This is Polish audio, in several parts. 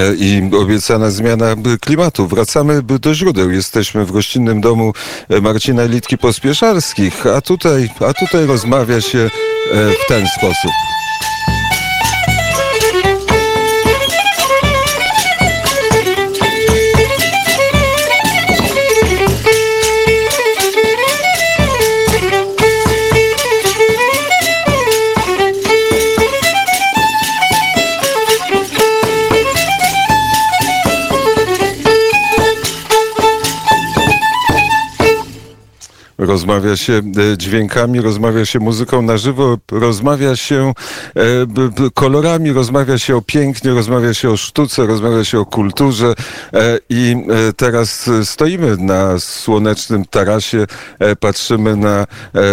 i obiecana zmiana klimatu. Wracamy do źródeł. Jesteśmy w gościnnym domu Marcina Litki-Pospieszalskich, a tutaj rozmawia się w ten sposób. Rozmawia się dźwiękami, rozmawia się muzyką na żywo, rozmawia się kolorami, rozmawia się o pięknie, rozmawia się o sztuce, rozmawia się o kulturze i teraz stoimy na słonecznym tarasie, patrzymy na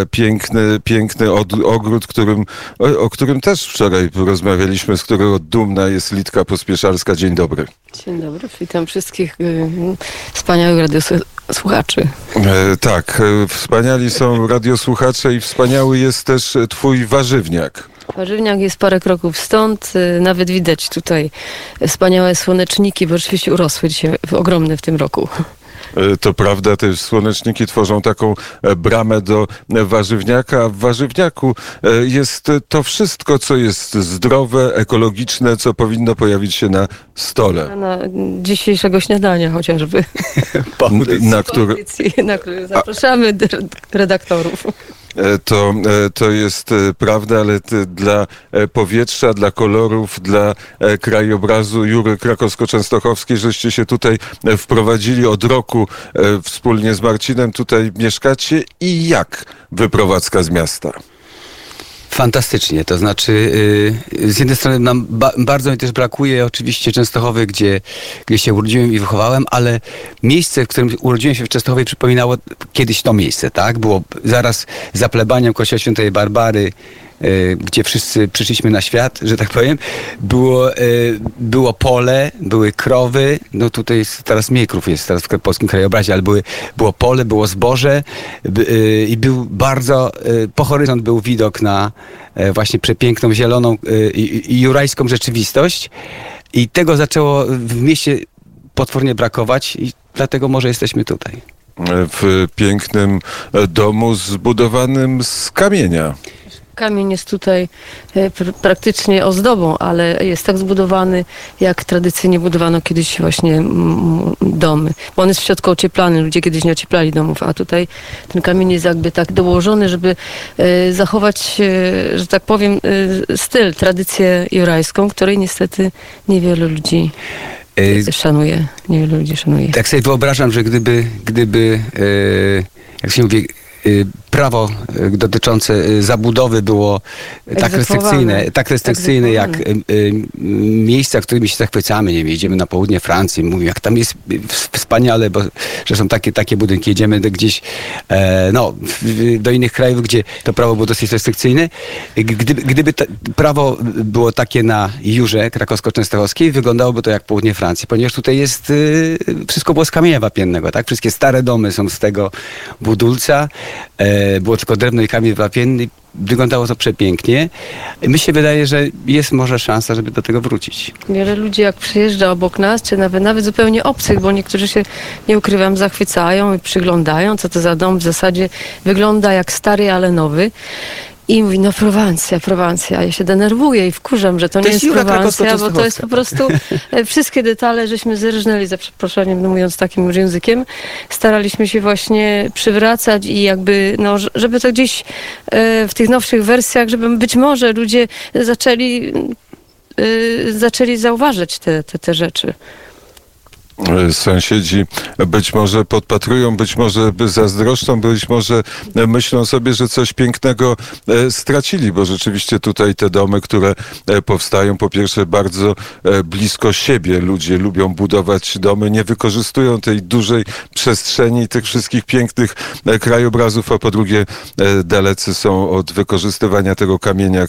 piękny ogród, o którym też wczoraj rozmawialiśmy, z którego dumna jest Litka Pospieszalska. Dzień dobry. Dzień dobry, witam wszystkich wspaniałych radiosłuchaczy. Tak, wspaniali są radiosłuchacze i wspaniały jest też twój warzywniak. Warzywniak jest parę kroków stąd, nawet widać tutaj wspaniałe słoneczniki, bo rzeczywiście urosły dzisiaj ogromne w tym roku. To prawda, te słoneczniki tworzą taką bramę do warzywniaka, a w warzywniaku jest to wszystko, co jest zdrowe, ekologiczne, co powinno pojawić się na stole. Na dzisiejszego śniadania chociażby. Na który zapraszamy redaktorów. To jest prawda, ale dla powietrza, dla kolorów, dla krajobrazu Jury Krakowsko-Częstochowskiej, żeście się tutaj wprowadzili od roku wspólnie z Marcinem. Tutaj mieszkacie i jak wyprowadzka z miasta? Fantastycznie, to znaczy z jednej strony nam bardzo mi też brakuje oczywiście Częstochowy, gdzie się urodziłem i wychowałem, ale miejsce, w którym urodziłem się w Częstochowie, przypominało kiedyś to miejsce, tak? Było zaraz za plebaniem kościoła Świętej Barbary, gdzie wszyscy przyszliśmy na świat, że tak powiem. Było pole, były krowy, no tutaj teraz mniej krów jest teraz w polskim krajobrazie, ale było pole, było zboże i był bardzo, po horyzont był widok na właśnie przepiękną, zieloną i jurajską rzeczywistość i tego zaczęło w mieście potwornie brakować i dlatego może jesteśmy tutaj. W pięknym domu zbudowanym z kamienia. Kamień jest tutaj praktycznie ozdobą, ale jest tak zbudowany, jak tradycyjnie budowano kiedyś właśnie domy. Bo on jest w środku ocieplany, ludzie kiedyś nie ocieplali domów, a tutaj ten kamień jest jakby tak dołożony, żeby zachować, że tak powiem, styl, tradycję jurajską, której niestety niewielu ludzi szanuje. Niewielu ludzi szanuje. Tak sobie wyobrażam, że gdyby jak się mówi, prawo dotyczące zabudowy było tak restrykcyjne jak miejsca, którymi się zachwycamy. Nie wiem, jedziemy na południe Francji, mówimy, jak tam jest wspaniale, bo że są takie budynki. Jedziemy gdzieś do innych krajów, gdzie to prawo było dosyć restrykcyjne. Gdyby prawo było takie na Jurze Krakowsko-Częstochowskiej, wyglądałoby to jak południe Francji, ponieważ tutaj jest wszystko było z kamienia wapiennego, tak? Wszystkie stare domy są z tego budulca. Było tylko drewno i kamień wapienny. Wyglądało to przepięknie. Mi się wydaje, że jest może szansa, żeby do tego wrócić. Wiele ludzi jak przyjeżdża obok nas, czy nawet zupełnie obcych, bo niektórzy się, nie ukrywam, zachwycają i przyglądają, co to za dom w zasadzie wygląda jak stary, ale nowy. I mówi, no Prowancja. Ja się denerwuję i wkurzam, że to nie jest Prowancja, bo to jest po prostu wszystkie detale, żeśmy zerżnęli, za przeproszeniem, mówiąc takim już językiem. Staraliśmy się właśnie przywracać i jakby, żeby to gdzieś w tych nowszych wersjach, żeby być może ludzie zaczęli zauważyć te rzeczy. Sąsiedzi być może podpatrują, być może zazdroszczą, być może myślą sobie, że coś pięknego stracili, bo rzeczywiście tutaj te domy, które powstają, po pierwsze bardzo blisko siebie. Ludzie lubią budować domy, nie wykorzystują tej dużej przestrzeni, tych wszystkich pięknych krajobrazów, a po drugie dalecy są od wykorzystywania tego kamienia,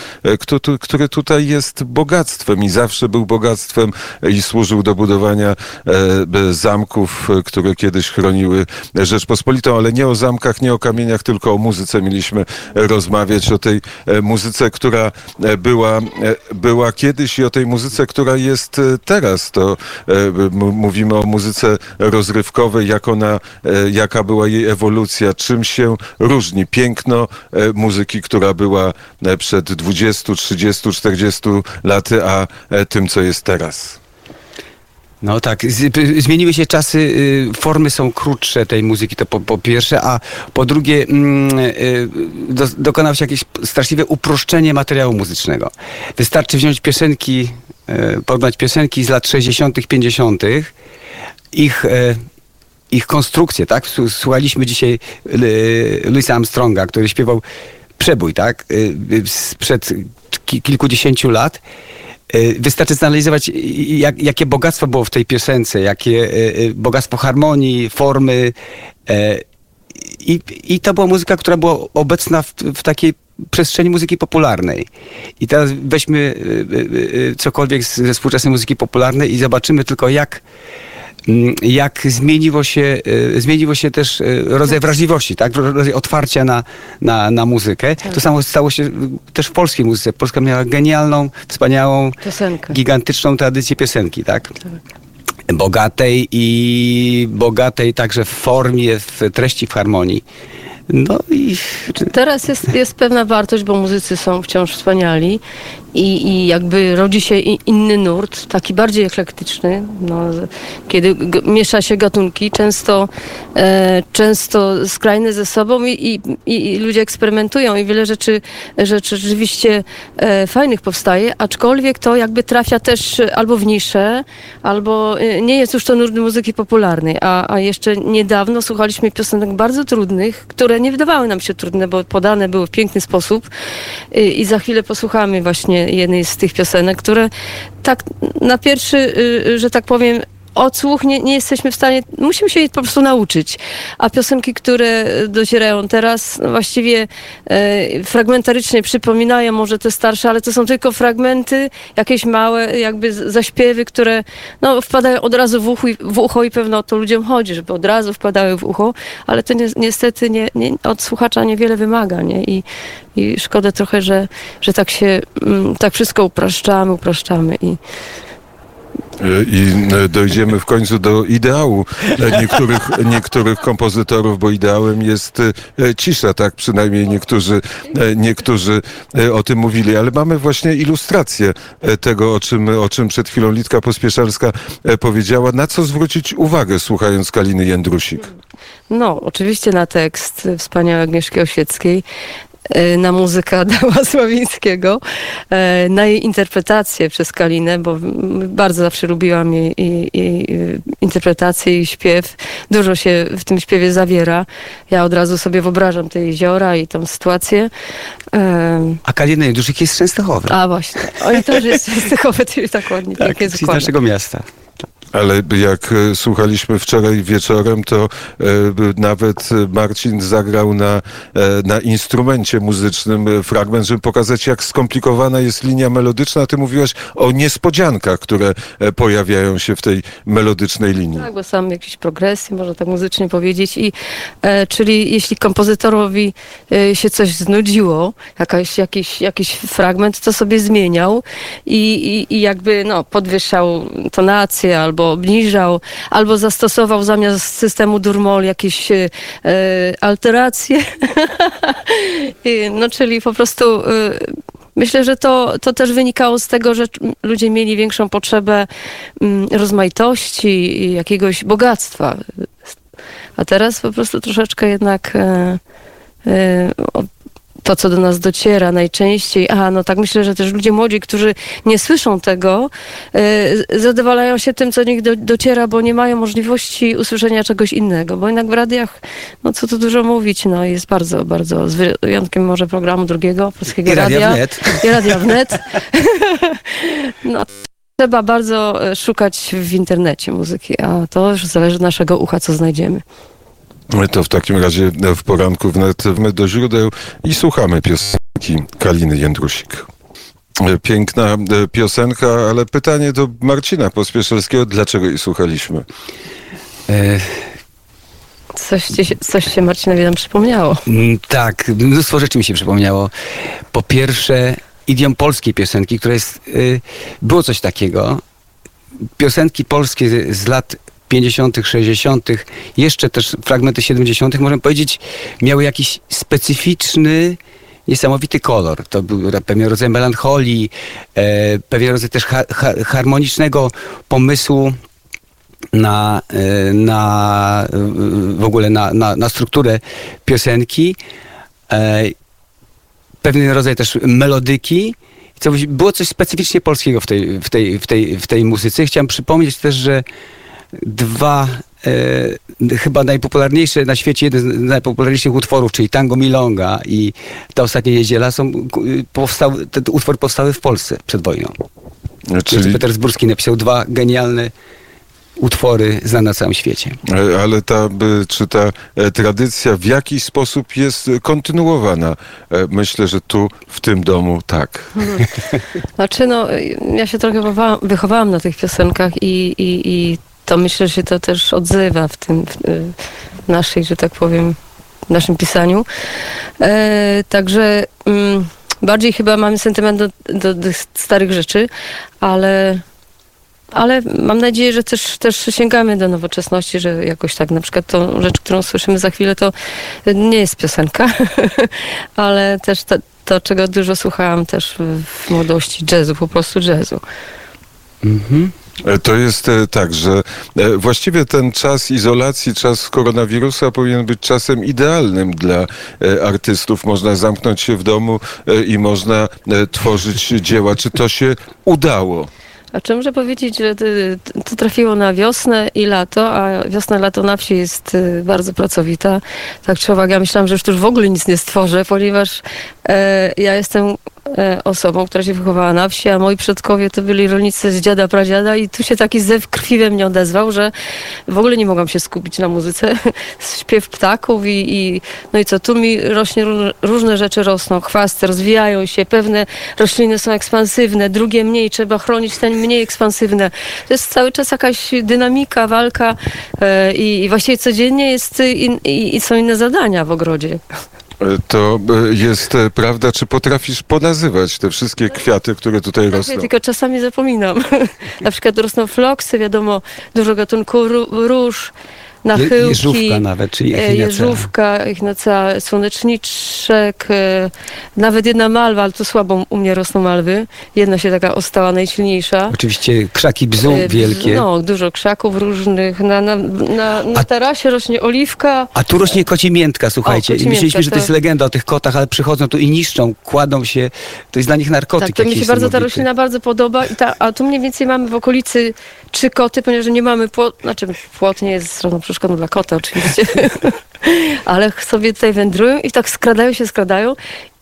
który tutaj jest bogactwem i zawsze był bogactwem i służył do budowania zamków, które kiedyś chroniły Rzeczpospolitą, ale nie o zamkach, nie o kamieniach, tylko o muzyce mieliśmy rozmawiać, o tej muzyce, która była kiedyś i o tej muzyce, która jest teraz. To mówimy o muzyce rozrywkowej, jaka była jej ewolucja, czym się różni piękno muzyki, która była przed 20, 30, 40 laty, a tym, co jest teraz. No tak, zmieniły się czasy, formy są krótsze tej muzyki, to po pierwsze, a po drugie dokonało się jakieś straszliwe uproszczenie materiału muzycznego. Wystarczy wziąć porównać piosenki z lat 60., 50., ich konstrukcję, tak? Słuchaliśmy dzisiaj Louisa Armstronga, który śpiewał Przebój, tak? Sprzed kilkudziesięciu lat. Wystarczy zanalizować, jakie bogactwo było w tej piosence, jakie bogactwo harmonii, formy. I to była muzyka, która była obecna w takiej przestrzeni muzyki popularnej. I teraz weźmy cokolwiek ze współczesnej muzyki popularnej i zobaczymy tylko, jak zmieniło się też rodzaj wrażliwości, tak? Rodzaj otwarcia na muzykę. Tak. To samo stało się też w polskiej muzyce. Polska miała genialną, wspaniałą, gigantyczną tradycję piosenki, tak? Bogatej także w formie, w treści, w harmonii. No i teraz jest pewna wartość, bo muzycy są wciąż wspaniali i jakby rodzi się inny nurt, taki bardziej eklektyczny, no, kiedy miesza się gatunki, często skrajne ze sobą i ludzie eksperymentują i wiele rzeczy rzeczywiście fajnych powstaje, aczkolwiek to jakby trafia też albo w niszę, albo nie jest już to nurt muzyki popularnej, a jeszcze niedawno słuchaliśmy piosenek bardzo trudnych, które nie wydawały nam się trudne, bo podane były w piękny sposób i za chwilę posłuchamy właśnie jednej z tych piosenek, które tak na pierwszy, że tak powiem, odsłuch nie jesteśmy w stanie, musimy się jej po prostu nauczyć. A piosenki, które docierają teraz, no właściwie fragmentarycznie przypominają może te starsze, ale to są tylko fragmenty, jakieś małe jakby zaśpiewy, które no, wpadają od razu w ucho i pewno o to ludziom chodzi, żeby od razu wpadały w ucho, ale to niestety od słuchacza niewiele wymaga, nie? I szkoda trochę, że tak wszystko upraszczamy i dojdziemy w końcu do ideału niektórych kompozytorów, bo ideałem jest cisza, tak przynajmniej niektórzy o tym mówili, ale mamy właśnie ilustrację tego, o czym przed chwilą Litka Pospieszalska powiedziała. Na co zwrócić uwagę, słuchając Kaliny Jędrusik? No, oczywiście na tekst wspaniałej Agnieszki Osieckiej, na muzykę Adama Sławińskiego, na jej interpretację przez Kalinę, bo bardzo zawsze lubiłam jej interpretację i śpiew. Dużo się w tym śpiewie zawiera. Ja od razu sobie wyobrażam te jeziora i tą sytuację. A Kalina Jędrusik jest z Częstochowy. A właśnie. Oni też jest z Częstochowy, tak ładnie. Tak, z naszego miasta. Ale jak słuchaliśmy wczoraj wieczorem, to nawet Marcin zagrał na instrumencie muzycznym fragment, żeby pokazać, jak skomplikowana jest linia melodyczna. Ty mówiłaś o niespodziankach, które pojawiają się w tej melodycznej linii. Tak, bo sam jakieś progresje, można tak muzycznie powiedzieć. Czyli jeśli kompozytorowi się coś znudziło, jakiś fragment, to sobie zmieniał i jakby podwyższał tonację albo obniżał, albo zastosował zamiast systemu Durmol jakieś alteracje. Czyli po prostu myślę, że to też wynikało z tego, że ludzie mieli większą potrzebę rozmaitości i jakiegoś bogactwa. A teraz po prostu troszeczkę jednak to, co do nas dociera najczęściej, tak myślę, że też ludzie młodzi, którzy nie słyszą tego, zadowalają się tym, co do nich dociera, bo nie mają możliwości usłyszenia czegoś innego, bo jednak w radiach, co tu dużo mówić, jest bardzo, bardzo, z wyjątkiem może programu drugiego, Polskiego Radia. I Radia Wnet. Trzeba bardzo szukać w internecie muzyki, a to już zależy od naszego ucha, co znajdziemy. To w takim razie w poranku wnet do źródeł i słuchamy piosenki Kaliny Jędrusik. Piękna piosenka, ale pytanie do Marcina Pospieszalskiego, dlaczego jej słuchaliśmy? Coś się Marcinowi nam przypomniało. Tak, mnóstwo rzeczy mi się przypomniało. Po pierwsze, idiom polskiej piosenki, która jest... Było coś takiego. Piosenki polskie z lat 50., 60., jeszcze też fragmenty 70., możemy powiedzieć, miały jakiś specyficzny, niesamowity kolor. To był pewien rodzaj melancholii, pewien rodzaj też harmonicznego pomysłu w ogóle na strukturę piosenki. Pewien rodzaj też melodyki. Było coś specyficznie polskiego w tej muzyce. Chciałem przypomnieć też, że chyba najpopularniejsze na świecie, jeden z najpopularniejszych utworów, czyli Tango Milonga i Ta ostatnia niedziela, te utwory powstały w Polsce przed wojną. Czyli Petersburski napisał 2 genialne utwory znane na całym świecie. Ale czy ta tradycja w jakiś sposób jest kontynuowana? Myślę, że tu, w tym domu, tak. Znaczy, ja się trochę wychowałam na tych piosenkach i to myślę, że się to też odzywa w naszej, że tak powiem, w naszym pisaniu. Także bardziej chyba mamy sentyment do tych starych rzeczy, ale mam nadzieję, że też sięgamy do nowoczesności, że jakoś tak, na przykład tą rzecz, którą słyszymy za chwilę, to nie jest piosenka, ale też to, czego dużo słuchałam też w młodości, jazzu, po prostu jazzu. Mhm. To jest tak, że właściwie ten czas izolacji, czas koronawirusa powinien być czasem idealnym dla artystów. Można zamknąć się w domu i można tworzyć dzieła. Czy to się udało? A czy muszę powiedzieć, że to trafiło na wiosnę i lato, a wiosna, lato na wsi jest bardzo pracowita. Tak czy owak, ja myślałam, że już tu w ogóle nic nie stworzę, ponieważ ja jestem osobą, która się wychowała na wsi, a moi przodkowie to byli rolnicy z dziada, pradziada i tu się taki zew krwi we mnie odezwał, że w ogóle nie mogłam się skupić na muzyce. Śpiew ptaków no i co, tu mi rośnie, różne rzeczy rosną, chwasty rozwijają się, pewne rośliny są ekspansywne, drugie mniej, trzeba chronić te mniej ekspansywne. To jest cały czas jakaś dynamika, walka i właściwie codziennie jest i są inne zadania w ogrodzie. To jest prawda, czy potrafisz ponazywać te wszystkie kwiaty, które tutaj rosną? Tylko czasami zapominam. Na przykład rosną floksy, wiadomo, dużo gatunków róż, nachyłki. Jeżówka nawet, czyli jeżówka, echinacea, słoneczniczek, nawet jedna malwa, ale to słabo u mnie rosną malwy. Jedna się taka ostała, najsilniejsza. Oczywiście krzaki bzu wielkie. No, dużo krzaków różnych. Na tarasie rośnie oliwka. A tu rośnie kocimiętka, słuchajcie. I myśleliśmy, że to jest legenda o tych kotach, ale przychodzą tu i niszczą, kładą się. To jest dla nich narkotyk. Tak, to mi się bardzo ta roślina bardzo podoba. A tu mniej więcej mamy w okolicy 3 koty, ponieważ nie mamy płot nie jest żadną przeszkodą dla kota oczywiście, ale sobie tutaj wędrują i tak skradają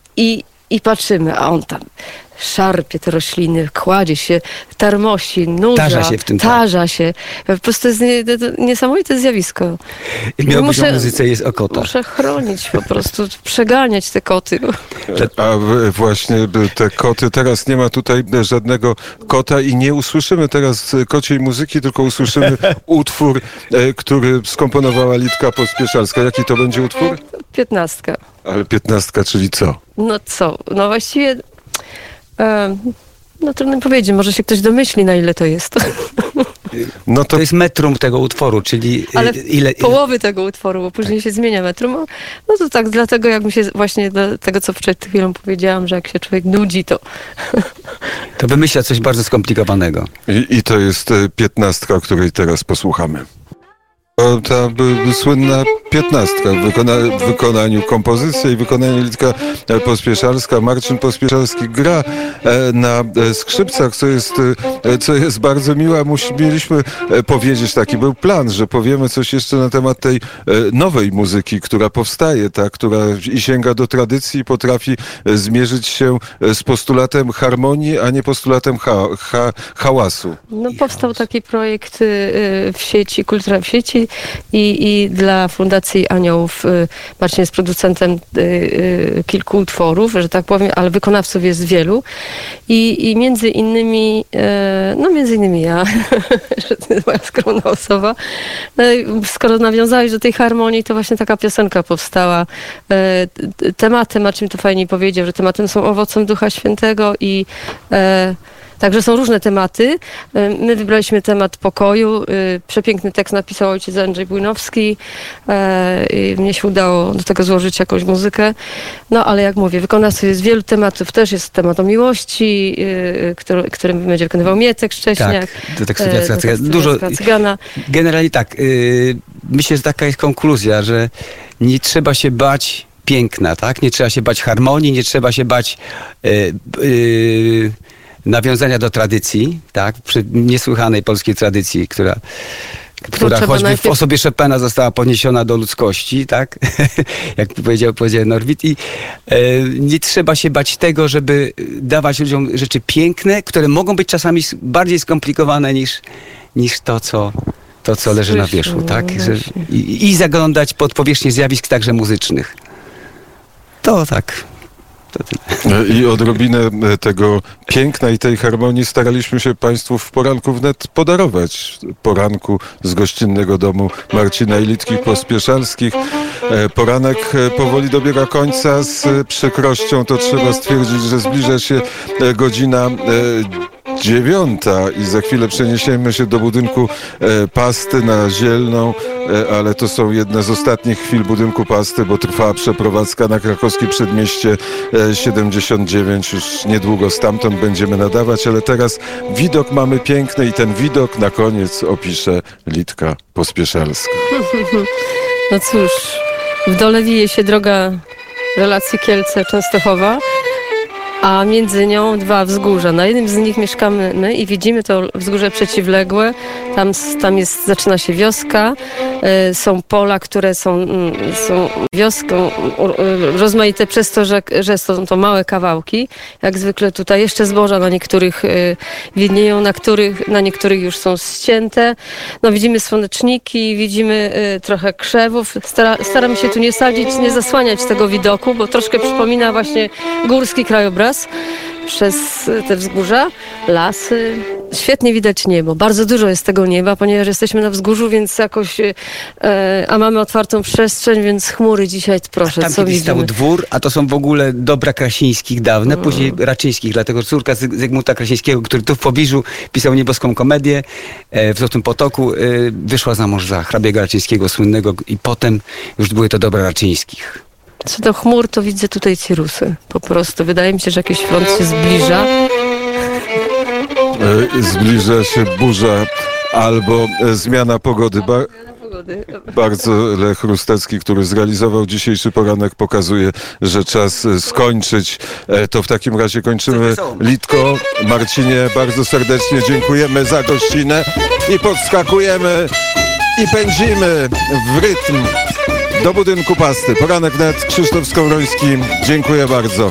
i patrzymy, a on tam szarpie te rośliny, kładzie się, tarmosi, nurza, tarza się w tym. Tarza się. Po prostu jest niesamowite zjawisko. Miał być o muzyce jest o kotach. Muszę chronić po prostu, przeganiać te koty. A właśnie te koty, teraz nie ma tutaj żadnego kota i nie usłyszymy teraz kociej muzyki, tylko usłyszymy utwór, który skomponowała Litka Pospieszalska. Jaki to będzie utwór? 15. Ale 15, czyli co? No co? No właściwie... No trudno powiedzieć, może się ktoś domyśli, na ile to jest. No to jest metrum tego utworu, czyli ale połowy tego utworu, bo później się zmienia metrum. No to tak, dlatego jak mi się właśnie do tego, co przed chwilą powiedziałam, że jak się człowiek nudzi, to... To wymyśla coś bardzo skomplikowanego. I to jest 15, której teraz posłuchamy. Ta słynna 15 w wykonaniu kompozycji i wykonaniu Litka Pospieszalska. Marcin Pospieszalski gra na skrzypcach, co jest bardzo miłe. Mieliśmy powiedzieć, taki był plan, że powiemy coś jeszcze na temat tej nowej muzyki, która powstaje, która i sięga do tradycji i potrafi zmierzyć się z postulatem harmonii, a nie postulatem hałasu. No powstał taki projekt w sieci, Kultura w sieci, i dla Fundacji Aniołów Marcin jest producentem kilku utworów, że tak powiem, ale wykonawców jest wielu i między innymi ja, że to jest moja skromna osoba. Skoro nawiązałeś do tej harmonii, to właśnie taka piosenka powstała. Tematem, Marcin to fajnie powiedział, że tematem są owocem Ducha Świętego i także są różne tematy. My wybraliśmy temat pokoju. Przepiękny tekst napisał ojciec Andrzej Bujnowski. Mnie się udało do tego złożyć jakąś muzykę. No ale jak mówię, wykonawców jest wielu tematów. Też jest temat o miłości, którym będzie wykonywał Mietek Szcześniak. Tak, do tekstu dużo. Cygana. Generalnie tak. Myślę, że taka jest konkluzja, że nie trzeba się bać piękna, tak? Nie trzeba się bać harmonii, nie trzeba się bać nawiązania do tradycji, tak? Przy niesłychanej polskiej tradycji, która choćby w osobie Chopina została podniesiona do ludzkości, tak? Jak powiedział Norwid. I nie trzeba się bać tego, żeby dawać ludziom rzeczy piękne, które mogą być czasami bardziej skomplikowane niż to, co leży na wierzchu, tak? I zaglądać pod powierzchnię zjawisk także muzycznych. To tak. I odrobinę tego piękna i tej harmonii staraliśmy się Państwu w poranku wnet podarować. Poranku z gościnnego domu Marcina i Litki Pospieszalskich. Poranek powoli dobiega końca. Z przykrością to trzeba stwierdzić, że zbliża się godzina 9 i za chwilę przeniesiemy się do budynku Pasty na Zielną, ale to są jedne z ostatnich chwil budynku Pasty, bo trwa przeprowadzka na krakowskie przedmieście 79. Już niedługo stamtąd będziemy nadawać, ale teraz widok mamy piękny i ten widok na koniec opisze Litka Pospieszalska. No cóż, w dole wije się droga relacji Kielce-Częstochowa, a między nią 2 wzgórza. Na jednym z nich mieszkamy my i widzimy to wzgórze przeciwległe. Tam zaczyna się wioska. Są pola, które są wioską rozmaite przez to, że są to małe kawałki. Jak zwykle tutaj jeszcze zboża na niektórych widnieją, na niektórych już są ścięte. No, widzimy słoneczniki, widzimy trochę krzewów. Staramy się tu nie sadzić, nie zasłaniać tego widoku, bo troszkę przypomina właśnie górski krajobraz przez te wzgórza, lasy. Świetnie widać niebo. Bardzo dużo jest tego nieba, ponieważ jesteśmy na wzgórzu, więc jakoś a mamy otwartą przestrzeń, więc chmury dzisiaj, proszę, tam co kiedyś widzimy? stał dwór, a to są w ogóle dobra Krasińskich dawne, później Raczyńskich, dlatego córka Zygmunta Krasińskiego, który tu w pobliżu pisał nieboską komedię w Złotym Potoku, wyszła za mąż za hrabiego Raczyńskiego słynnego i potem już były to dobra Raczyńskich. Co do chmur, to widzę tutaj cirusy. Po prostu. Wydaje mi się, że jakiś front się zbliża. Zbliża się burza albo zmiana pogody. Bardzo Lech Rustecki, który zrealizował dzisiejszy poranek, pokazuje, że czas skończyć. To w takim razie kończymy. Litko, Marcinie, bardzo serdecznie dziękujemy za gościnę i podskakujemy i pędzimy w rytm do budynku Pasty. Poranek wnet, Krzysztof Skowroński. Dziękuję bardzo.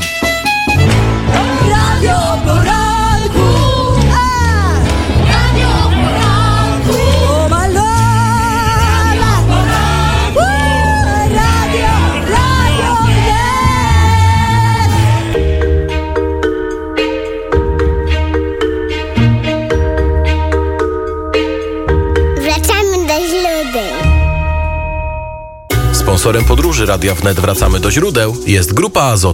Radio Poranku, Radio Poranku, Radio Wracamy do źródeł. Sponsorem podróży Radia Wnet Wracamy do źródeł jest Grupa Azoty.